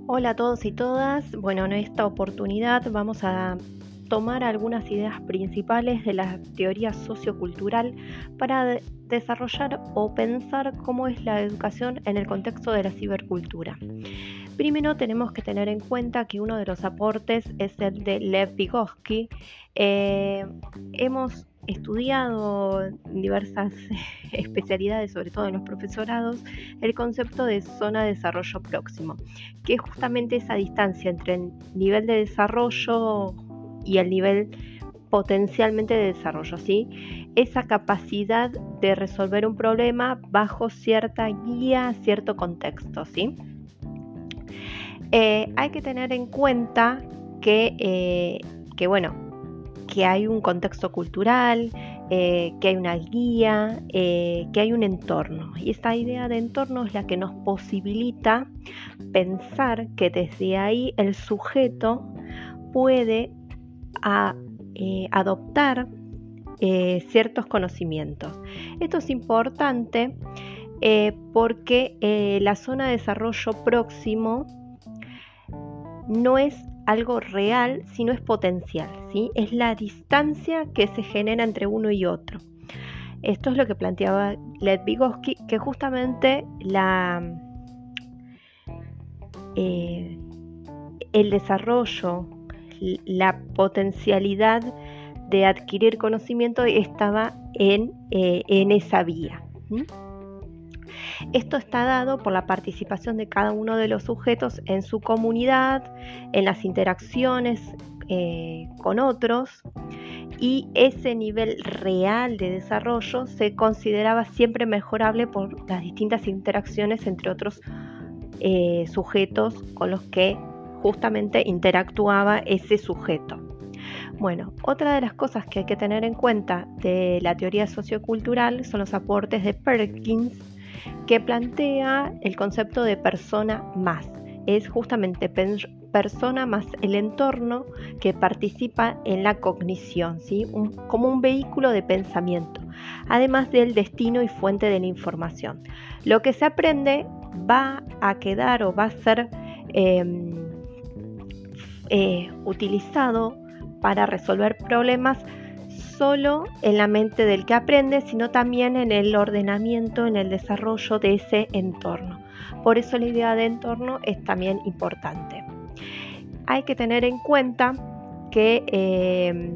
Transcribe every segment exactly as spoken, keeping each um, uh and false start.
Hola a todos y todas. Bueno, en esta oportunidad vamos a tomar algunas ideas principales de la teoría sociocultural para de- desarrollar o pensar cómo es la educación en el contexto de la cibercultura. Primero tenemos que tener en cuenta que uno de los aportes es el de Lev Vygotsky. Eh, hemos estudiado en diversas especialidades, sobre todo en los profesorados, el concepto de zona de desarrollo próximo, que es justamente esa distancia entre el nivel de desarrollo y el nivel potencialmente de desarrollo, ¿sí? Esa capacidad de resolver un problema bajo cierta guía, cierto contexto, ¿sí? Eh, hay que tener en cuenta que, eh, que, bueno, que hay un contexto cultural, eh, que hay una guía, eh, que hay un entorno. Y esta idea de entorno es la que nos posibilita pensar que desde ahí el sujeto puede a, eh, adoptar eh, ciertos conocimientos. Esto es importante eh, porque eh, la zona de desarrollo próximo no es algo real, sino es potencial, ¿sí? Es la distancia que se genera entre uno y otro. Esto es lo que planteaba Lev Vygotsky, que justamente la, eh, el desarrollo, la potencialidad de adquirir conocimiento estaba en, eh, en esa vía. ¿Mm? Esto está dado por la participación de cada uno de los sujetos en su comunidad, en las interacciones eh, con otros, y ese nivel real de desarrollo se consideraba siempre mejorable por las distintas interacciones entre otros eh, sujetos con los que justamente interactuaba ese sujeto. Bueno, otra de las cosas que hay que tener en cuenta de la teoría sociocultural son los aportes de Perkins, que plantea el concepto de persona más. Es justamente persona más el entorno que participa en la cognición, ¿sí? un, como un vehículo de pensamiento, además del destino y fuente de la información. Lo que se aprende va a quedar o va a ser eh, eh, utilizado para resolver problemas solo en la mente del que aprende, sino también en el ordenamiento, en el desarrollo de ese entorno. Por eso la idea de entorno es también importante. Hay que tener en cuenta que eh,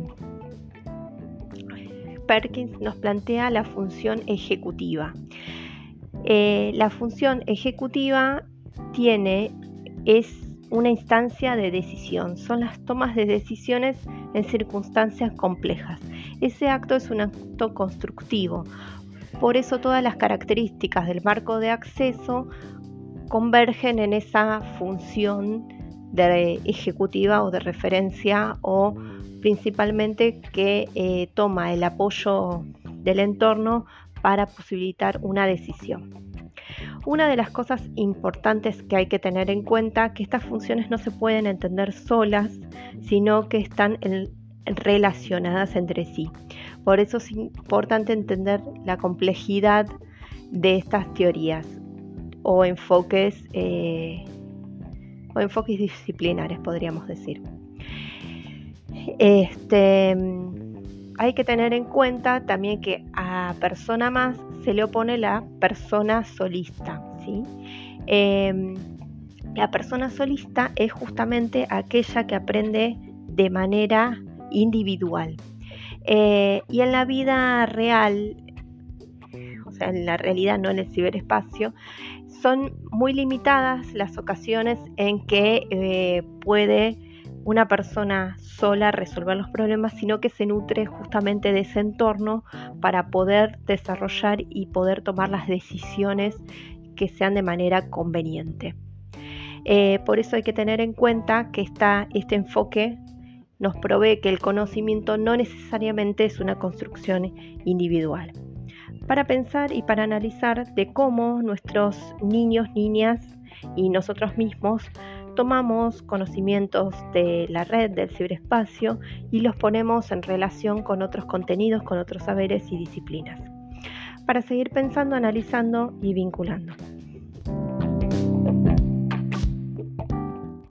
Perkins nos plantea la función ejecutiva. Eh, la función ejecutiva tiene, es una instancia de decisión, son las tomas de decisiones en circunstancias complejas. Ese acto es un acto constructivo, por eso todas las características del marco de acceso convergen en esa función de ejecutiva o de referencia, o principalmente que eh, toma el apoyo del entorno para posibilitar una decisión. Una de las cosas importantes que hay que tener en cuenta es que estas funciones no se pueden entender solas, sino que están en, relacionadas entre sí. Por eso es importante entender la complejidad de estas teorías o enfoques, eh, o enfoques disciplinares, podríamos decir. Este, hay que tener en cuenta también que a persona más se le opone la persona solista, ¿sí? Eh, la persona solista es justamente aquella que aprende de manera individual. Eh, y en la vida real, o sea, en la realidad, no en el ciberespacio, son muy limitadas las ocasiones en que eh, puede una persona sola resolver los problemas, sino que se nutre justamente de ese entorno para poder desarrollar y poder tomar las decisiones que sean de manera conveniente. Eh, por eso hay que tener en cuenta que esta, este enfoque nos provee que el conocimiento no necesariamente es una construcción individual. Para pensar y para analizar de cómo nuestros niños, niñas y nosotros mismos tomamos conocimientos de la red, del ciberespacio, y los ponemos en relación con otros contenidos, con otros saberes y disciplinas, para seguir pensando, analizando y vinculando.